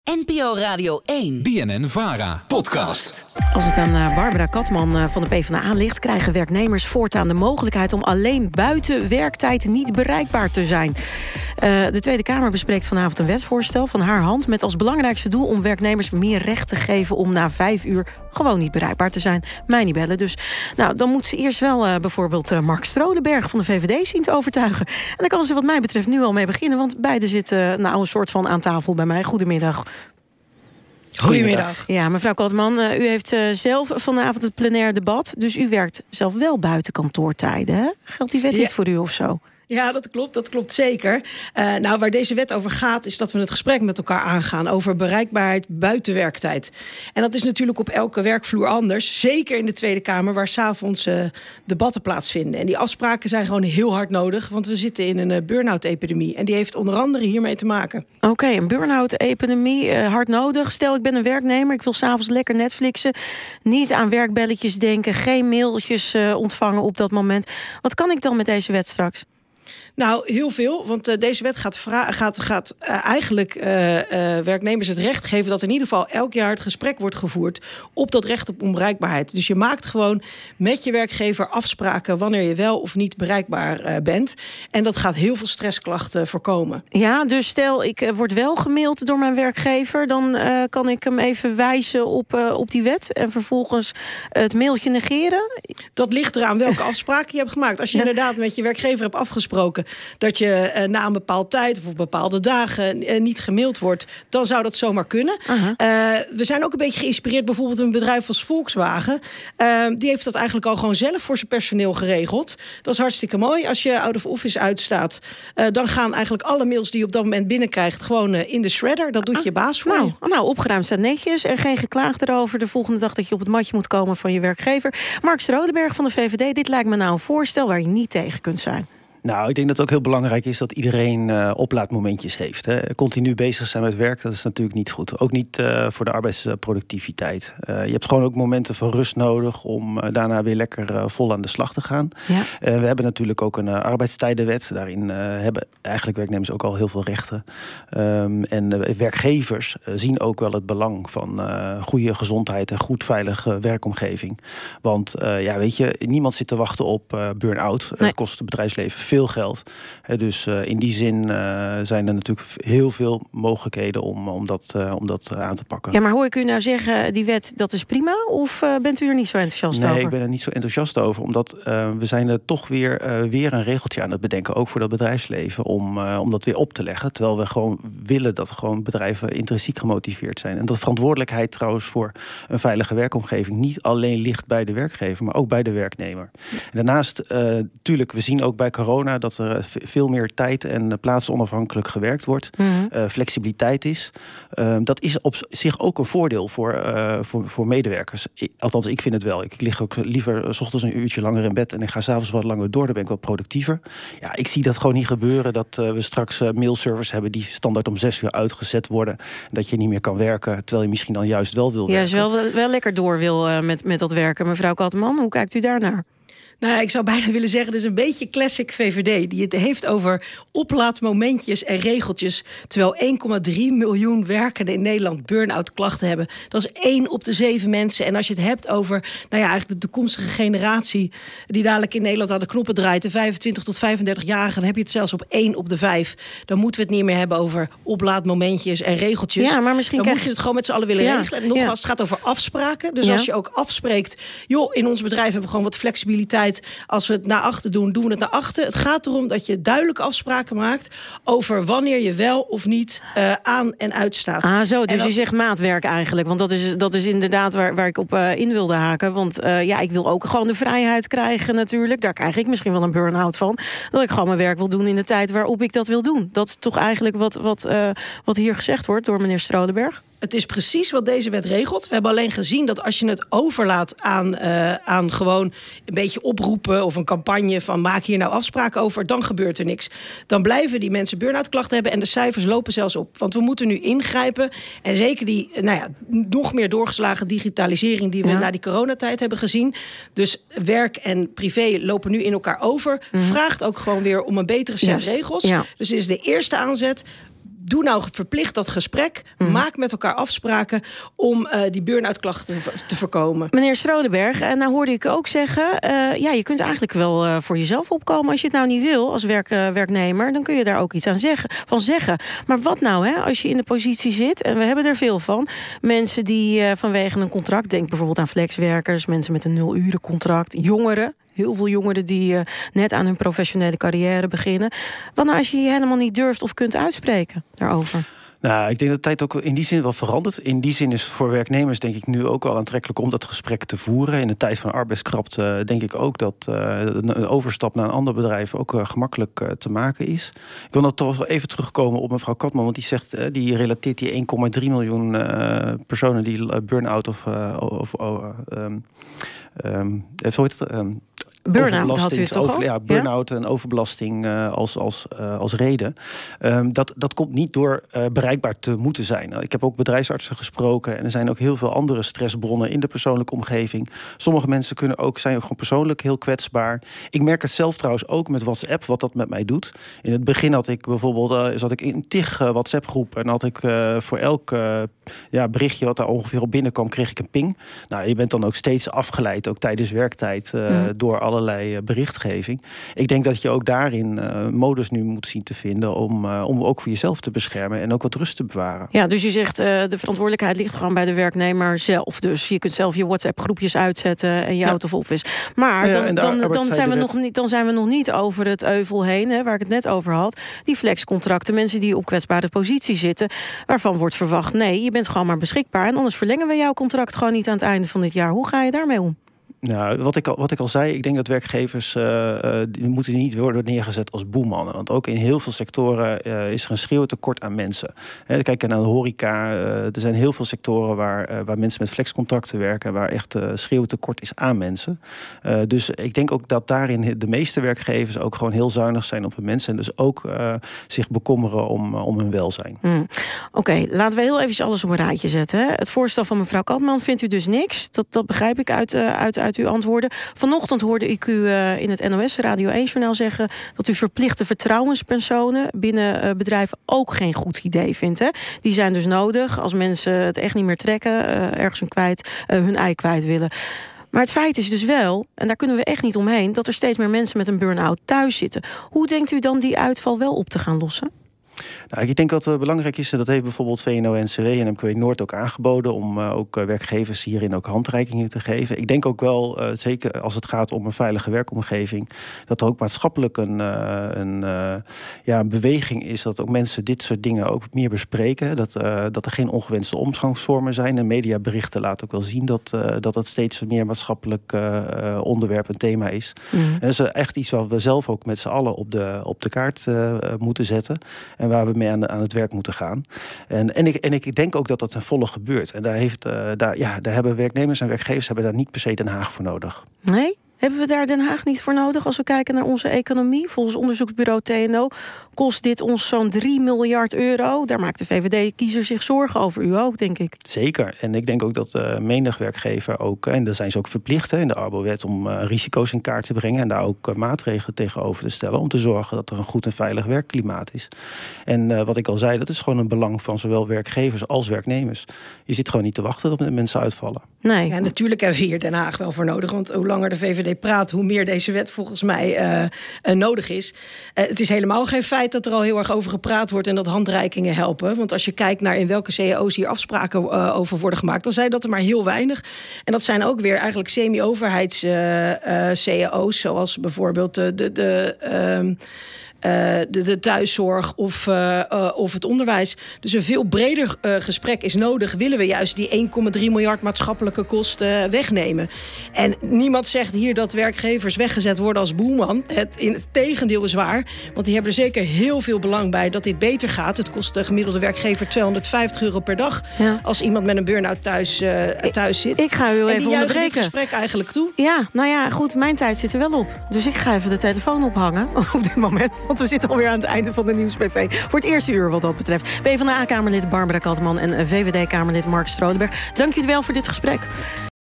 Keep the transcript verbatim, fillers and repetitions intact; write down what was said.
N P O Radio één. B N N-Vara. Podcast. Als het aan uh, Barbara Katman uh, van de PvdA ligt, krijgen werknemers voortaan de mogelijkheid om alleen buiten werktijd niet bereikbaar te zijn. Uh, de Tweede Kamer bespreekt vanavond een wetsvoorstel van haar hand met als belangrijkste doel om werknemers meer recht te geven om na vijf uur gewoon niet bereikbaar te zijn. Mij niet bellen dus. Nou, dan moet ze eerst wel uh, bijvoorbeeld uh, Mark Strodeberg van de V V D zien te overtuigen. En daar kan ze wat mij betreft nu al mee beginnen, want beide zitten uh, nou een soort van aan tafel bij mij. Goedemiddag. Goedemiddag. Ja, mevrouw Katman, uh, u heeft uh, zelf vanavond het plenair debat, dus u werkt zelf wel buiten kantoortijden, hè? Geldt die wet Ja. niet voor u of zo? Ja, dat klopt, dat klopt zeker. Uh, nou, waar deze wet over gaat, is dat we het gesprek met elkaar aangaan over bereikbaarheid buiten werktijd. En dat is natuurlijk op elke werkvloer anders. Zeker in de Tweede Kamer, waar 's avonds uh, debatten plaatsvinden. En die afspraken zijn gewoon heel hard nodig, want we zitten in een uh, burn-out-epidemie. En die heeft onder andere hiermee te maken. Oké, okay, een burn-out-epidemie, uh, hard nodig. Stel, ik ben een werknemer, ik wil 's avonds lekker Netflixen. Niet aan werkbelletjes denken, geen mailtjes uh, ontvangen op dat moment. Wat kan ik dan met deze wet straks? Nou, heel veel, want uh, deze wet gaat, vra- gaat, gaat uh, eigenlijk uh, uh, werknemers het recht geven dat in ieder geval elk jaar het gesprek wordt gevoerd op dat recht op onbereikbaarheid. Dus je maakt gewoon met je werkgever afspraken wanneer je wel of niet bereikbaar uh, bent. En dat gaat heel veel stressklachten voorkomen. Ja, dus stel ik uh, word wel gemaild door mijn werkgever, dan uh, kan ik hem even wijzen op, uh, op die wet en vervolgens het mailtje negeren? Dat ligt eraan welke afspraken je hebt gemaakt. Als je ja. inderdaad met je werkgever hebt afgesproken dat je uh, na een bepaalde tijd of op bepaalde dagen uh, niet gemaild wordt, dan zou dat zomaar kunnen. Uh, we zijn ook een beetje geïnspireerd bijvoorbeeld een bedrijf als Volkswagen. Uh, die heeft dat eigenlijk al gewoon zelf voor zijn personeel geregeld. Dat is hartstikke mooi. Als je out of office uitstaat, uh, dan gaan eigenlijk alle mails die je op dat moment binnenkrijgt gewoon uh, in de shredder. Dat doet uh, je baas voor nou, je. Nou, opgeruimd staat netjes en geen geklaagd erover de volgende dag dat je op het matje moet komen van je werkgever. Mark Strodeberg van de V V D, dit lijkt me nou een voorstel waar je niet tegen kunt zijn. Nou, ik denk dat het ook heel belangrijk is dat iedereen uh, oplaadmomentjes heeft. Hè. Continu bezig zijn met werk, dat is natuurlijk niet goed. Ook niet uh, voor de arbeidsproductiviteit. Uh, je hebt gewoon ook momenten van rust nodig om uh, daarna weer lekker uh, vol aan de slag te gaan. Ja. Uh, we hebben natuurlijk ook een uh, arbeidstijdenwet. Daarin uh, hebben eigenlijk werknemers ook al heel veel rechten. Um, en uh, werkgevers uh, zien ook wel het belang van uh, goede gezondheid en goed veilige werkomgeving. Want uh, ja, weet je, niemand zit te wachten op uh, burn-out. Nee. Het kost het bedrijfsleven veel Veel geld. He, dus uh, in die zin uh, zijn er natuurlijk heel veel mogelijkheden om, om, dat, uh, om dat uh, aan te pakken. Ja, maar hoor ik u nou zeggen, die wet, dat is prima? Of uh, bent u er niet zo enthousiast nee, over? Nee, ik ben er niet zo enthousiast over. Omdat uh, we zijn er toch weer, uh, weer een regeltje aan het bedenken. Ook voor dat bedrijfsleven. Om, uh, om dat weer op te leggen. Terwijl we gewoon willen dat gewoon bedrijven intrinsiek gemotiveerd zijn. En dat verantwoordelijkheid trouwens voor een veilige werkomgeving niet alleen ligt bij de werkgever, maar ook bij de werknemer. En daarnaast, uh, tuurlijk, we zien ook bij corona dat er veel meer tijd en plaatsonafhankelijk gewerkt wordt. Mm-hmm. Uh, flexibiliteit is. Uh, dat is op zich ook een voordeel voor, uh, voor, voor medewerkers. Ik, althans, ik vind het wel. Ik lig ook liever 's ochtends een uurtje langer in bed en ik ga 's avonds wat langer door. Dan ben ik wat productiever. Ja, ik zie dat gewoon niet gebeuren. Dat uh, we straks uh, mailservers hebben die standaard om zes uur uitgezet worden. Dat je niet meer kan werken, terwijl je misschien dan juist wel wil werken. Ja, wel, wel lekker door wil uh, met, met dat werken. Mevrouw Katman, hoe kijkt u daarnaar? Nou ja, ik zou bijna willen zeggen, dit is een beetje classic V V D. Die het heeft over oplaadmomentjes en regeltjes. Terwijl één komma drie miljoen werkenden in Nederland burn-out klachten hebben. Dat is één op de zeven mensen. En als je het hebt over nou ja, eigenlijk de toekomstige generatie die dadelijk in Nederland aan de knoppen draait, de vijfentwintig tot vijfendertig-jarigen, dan heb je het zelfs op één op de vijf. Dan moeten we het niet meer hebben over oplaadmomentjes en regeltjes. Ja, maar misschien dan krijg... moet je het gewoon met z'n allen willen ja, regelen. En nogmaals, ja. het gaat over afspraken. Dus ja. als je ook afspreekt, joh, in ons bedrijf hebben we gewoon wat flexibiliteit. Als we het naar achter doen, doen we het naar achter. Het gaat erom dat je duidelijke afspraken maakt over wanneer je wel of niet uh, aan en uitstaat. Ah, zo, dus dat... je zegt maatwerk eigenlijk. Want dat is, dat is inderdaad waar, waar ik op uh, in wilde haken. Want uh, ja, ik wil ook gewoon de vrijheid krijgen natuurlijk. Daar krijg ik misschien wel een burn-out van. Dat ik gewoon mijn werk wil doen in de tijd waarop ik dat wil doen. Dat is toch eigenlijk wat, wat, uh, wat hier gezegd wordt door meneer Strodeberg? Het is precies wat deze wet regelt. We hebben alleen gezien dat als je het overlaat aan, uh, aan gewoon een beetje oproepen of een campagne van maak hier nou afspraken over, dan gebeurt er niks. Dan blijven die mensen burn-out klachten hebben en de cijfers lopen zelfs op. Want we moeten nu ingrijpen en zeker die nou ja, nog meer doorgeslagen digitalisering die we ja. na die coronatijd hebben gezien. Dus werk en privé lopen nu in elkaar over. Mm-hmm. Vraagt ook gewoon weer om een betere set regels. Ja. Dus dit is de eerste aanzet. doe nou verplicht dat gesprek. Mm. Maak met elkaar afspraken om uh, die burn-out klachten te, te voorkomen. Meneer Strodeberg, en nou hoorde ik ook zeggen... Uh, ja, je kunt eigenlijk wel uh, voor jezelf opkomen. Als je het nou niet wil als werk, uh, werknemer... dan kun je daar ook iets aan zeggen, van zeggen. Maar wat nou, hè, als je in de positie zit... en we hebben er veel van... mensen die uh, vanwege een contract... denk bijvoorbeeld aan flexwerkers... mensen met een nul-urencontract, jongeren... heel veel jongeren die uh, net aan hun professionele carrière beginnen. Wat nou als je je helemaal niet durft of kunt uitspreken daarover? Nou, ik denk dat de tijd ook in die zin wel verandert. In die zin is het voor werknemers denk ik nu ook wel aantrekkelijk om dat gesprek te voeren. In de tijd van arbeidskrapte denk ik ook dat uh, een overstap naar een ander bedrijf ook uh, gemakkelijk uh, te maken is. Ik wil nog toch even terugkomen op mevrouw Katman, want die zegt, uh, die relateert die één komma drie miljoen uh, personen die uh, burn-out of, uh, of uh, um, um, hoe heet het? Um, Burn-out had u het toch over, ja, burn-out ja? en overbelasting uh, als, als, uh, als reden. Um, dat, dat komt niet door uh, bereikbaar te moeten zijn. Ik heb ook bedrijfsartsen gesproken en er zijn ook heel veel andere stressbronnen in de persoonlijke omgeving. Sommige mensen kunnen ook, zijn ook gewoon persoonlijk heel kwetsbaar. Ik merk het zelf trouwens ook met WhatsApp, wat dat met mij doet. In het begin had ik bijvoorbeeld, uh, zat ik in tig uh, WhatsApp-groepen en had ik uh, voor elk uh, ja, berichtje wat daar ongeveer op binnenkwam, kreeg ik een ping. Nou, je bent dan ook steeds afgeleid, ook tijdens werktijd, uh, mm. door alle allerlei berichtgeving. Ik denk dat je ook daarin uh, modus nu moet zien te vinden om, uh, om ook voor jezelf te beschermen en ook wat rust te bewaren. Ja, dus je zegt uh, de verantwoordelijkheid ligt gewoon bij de werknemer zelf. Dus je kunt zelf je WhatsApp-groepjes uitzetten en je ja. auto volvis. Maar dan, ja, dan, dan, dan, zijn we nog niet, dan zijn we nog niet over het euvel heen, hè, waar ik het net over had. Die flexcontracten, mensen die op kwetsbare positie zitten, waarvan wordt verwacht, nee, je bent gewoon maar beschikbaar en anders verlengen we jouw contract gewoon niet aan het einde van dit jaar. Hoe ga je daarmee om? Nou, wat ik, al, wat ik al zei, ik denk dat werkgevers uh, uh, die moeten niet worden neergezet als boemannen. Want ook in heel veel sectoren uh, is er een schreeuwend tekort aan mensen. He, kijk naar de horeca. Uh, er zijn heel veel sectoren waar, uh, waar mensen met flexcontracten werken, waar echt uh, schreeuwend tekort is aan mensen. Uh, dus ik denk ook dat daarin de meeste werkgevers ook gewoon heel zuinig zijn op hun mensen. En dus ook uh, zich bekommeren om, uh, om hun welzijn. Mm. Oké, okay, laten we heel even alles op een rijtje zetten. Hè. Het voorstel van mevrouw Katman vindt u dus niks. Dat, dat begrijp ik uit, uh, uit, uit uw antwoorden. Vanochtend hoorde ik u uh, in het N O S Radio één-journaal zeggen dat u verplichte vertrouwenspersonen binnen uh, bedrijven ook geen goed idee vindt. Hè? Die zijn dus nodig als mensen het echt niet meer trekken, uh, ergens hun, kwijt, uh, hun ei kwijt willen. Maar het feit is dus wel, en daar kunnen we echt niet omheen, dat er steeds meer mensen met een burn-out thuis zitten. Hoe denkt u dan die uitval wel op te gaan lossen? Nou, ik denk dat het belangrijk is, dat heeft bijvoorbeeld V N O N C W en M K W Noord ook aangeboden om uh, ook uh, werkgevers hierin ook handreikingen te geven. Ik denk ook wel, uh, zeker als het gaat om een veilige werkomgeving, dat er ook maatschappelijk een, uh, een, uh, ja, een beweging is dat ook mensen dit soort dingen ook meer bespreken. Dat, uh, dat er geen ongewenste omgangsvormen zijn. En mediaberichten laten ook wel zien dat, uh, dat het steeds meer maatschappelijk uh, onderwerp en thema is. Mm. En dat is echt iets wat we zelf ook met z'n allen op de, op de kaart uh, moeten zetten. En waar we mee aan, de, aan het werk moeten gaan. En, en, ik, en ik denk ook dat dat ten volle gebeurt. En daar, heeft, uh, daar, ja, daar hebben werknemers en werkgevers hebben daar niet per se Den Haag voor nodig. Nee? Hebben we daar Den Haag niet voor nodig als we kijken naar onze economie? Volgens onderzoeksbureau T N O kost dit ons zo'n drie miljard euro. Daar maakt de V V D-kiezer zich zorgen over. U ook, denk ik. Zeker. En ik denk ook dat uh, menig werkgever ook, en daar zijn ze ook verplicht hè, in de Arbowet om uh, risico's in kaart te brengen en daar ook uh, maatregelen tegenover te stellen om te zorgen dat er een goed en veilig werkklimaat is. En uh, wat ik al zei, dat is gewoon een belang van zowel werkgevers als werknemers. Je zit gewoon niet te wachten op mensen uitvallen. Nee. Ja, natuurlijk hebben we hier Den Haag wel voor nodig, want hoe langer de V V D praat, hoe meer deze wet volgens mij uh, uh, nodig is. Uh, het is helemaal geen feit dat er al heel erg over gepraat wordt en dat handreikingen helpen. Want als je kijkt naar in welke C A O's hier afspraken uh, over worden gemaakt, dan zijn dat er maar heel weinig. En dat zijn ook weer eigenlijk semi-overheids uh, uh, C A O's, zoals bijvoorbeeld de... de, de uh, Uh, de, de thuiszorg of, uh, uh, of het onderwijs. Dus een veel breder uh, gesprek is nodig. Willen we juist die één komma drie miljard maatschappelijke kosten wegnemen? En niemand zegt hier dat werkgevers weggezet worden als boeman. Het, in het tegendeel is waar. Want die hebben er zeker heel veel belang bij dat dit beter gaat. Het kost de gemiddelde werkgever tweehonderdvijftig euro per dag. Ja. Als iemand met een burn-out thuis, uh, thuis zit. Ik, ik ga u even en onderbreken. dit gesprek eigenlijk toe. Ja, nou ja, goed, mijn tijd zit er wel op. Dus ik ga even de telefoon ophangen op dit moment. Want we zitten alweer aan het einde van de Nieuws B V. Voor het eerste uur wat dat betreft. PvdA-kamerlid Barbara Katman en V V D-kamerlid Mark Strodeberg. Dank jullie wel voor dit gesprek.